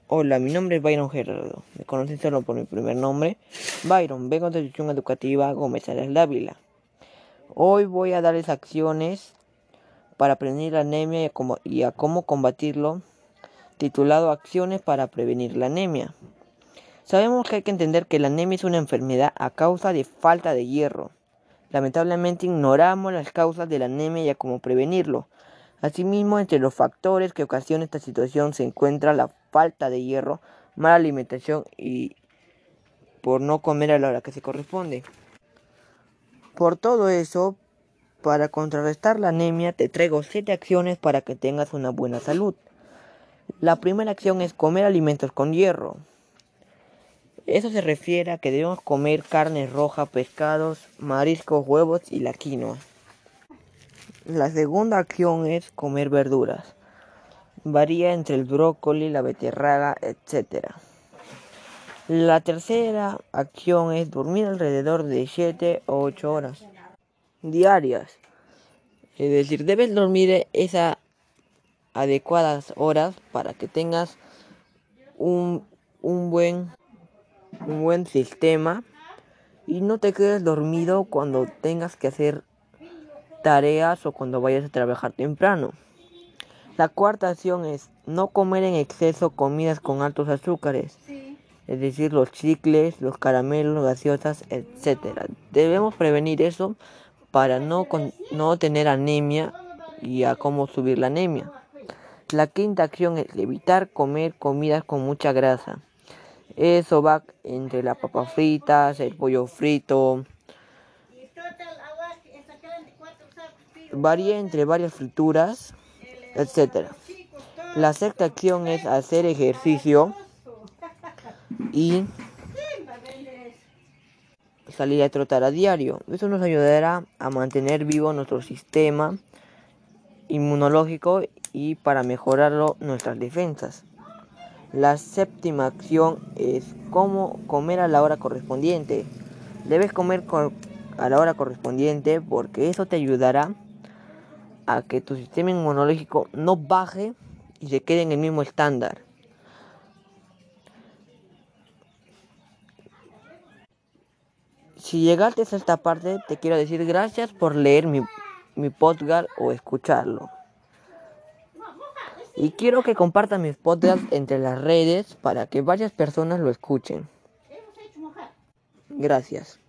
Hola, mi nombre es Byron Gerardo. Me conocen solo por mi primer nombre. Byron, vengo de Institución Educativa Gómez Arias Dávila. Hoy voy a darles acciones para prevenir la anemia y a cómo combatirlo, titulado Acciones para prevenir la anemia. Sabemos que hay que entender que la anemia es una enfermedad a causa de falta de hierro. Lamentablemente ignoramos las causas de la anemia y a cómo prevenirlo. Asimismo, entre los factores que ocasionan esta situación se encuentra la falta de hierro, mala alimentación y por no comer a la hora que se corresponde. Por todo eso, para contrarrestar la anemia, te traigo 7 acciones para que tengas una buena salud. La primera acción es comer alimentos con hierro. Eso se refiere a que debemos comer carne roja, pescados, mariscos, huevos y la quinoa. La segunda acción es comer verduras. Varía entre el brócoli, la beterraga, etc. La tercera acción es dormir alrededor de 7 o 8 horas diarias. Es decir, debes dormir esas adecuadas horas para que tengas un buen sistema y no te quedes dormido cuando tengas que hacer tareas o cuando vayas a trabajar temprano. La cuarta acción es no comer en exceso comidas con altos azúcares, es decir, los chicles, los caramelos, gaseosas, etc. Debemos prevenir eso para no tener anemia y a cómo subir la anemia. La quinta acción es evitar comer comidas con mucha grasa. Eso va entre las papas fritas, el pollo frito. Varía entre varias frituras, etc. La sexta acción es hacer ejercicio y salir a trotar a diario. Eso nos ayudará a mantener vivo nuestro sistema inmunológico y para mejorarlo nuestras defensas. La séptima acción es cómo comer a la hora correspondiente. Debes comer a la hora correspondiente porque eso te ayudará a que tu sistema inmunológico no baje y se quede en el mismo estándar. Si llegaste a esta parte, te quiero decir gracias por leer mi podcast o escucharlo. Y quiero que compartan mis podcasts entre las redes para que varias personas lo escuchen. Gracias.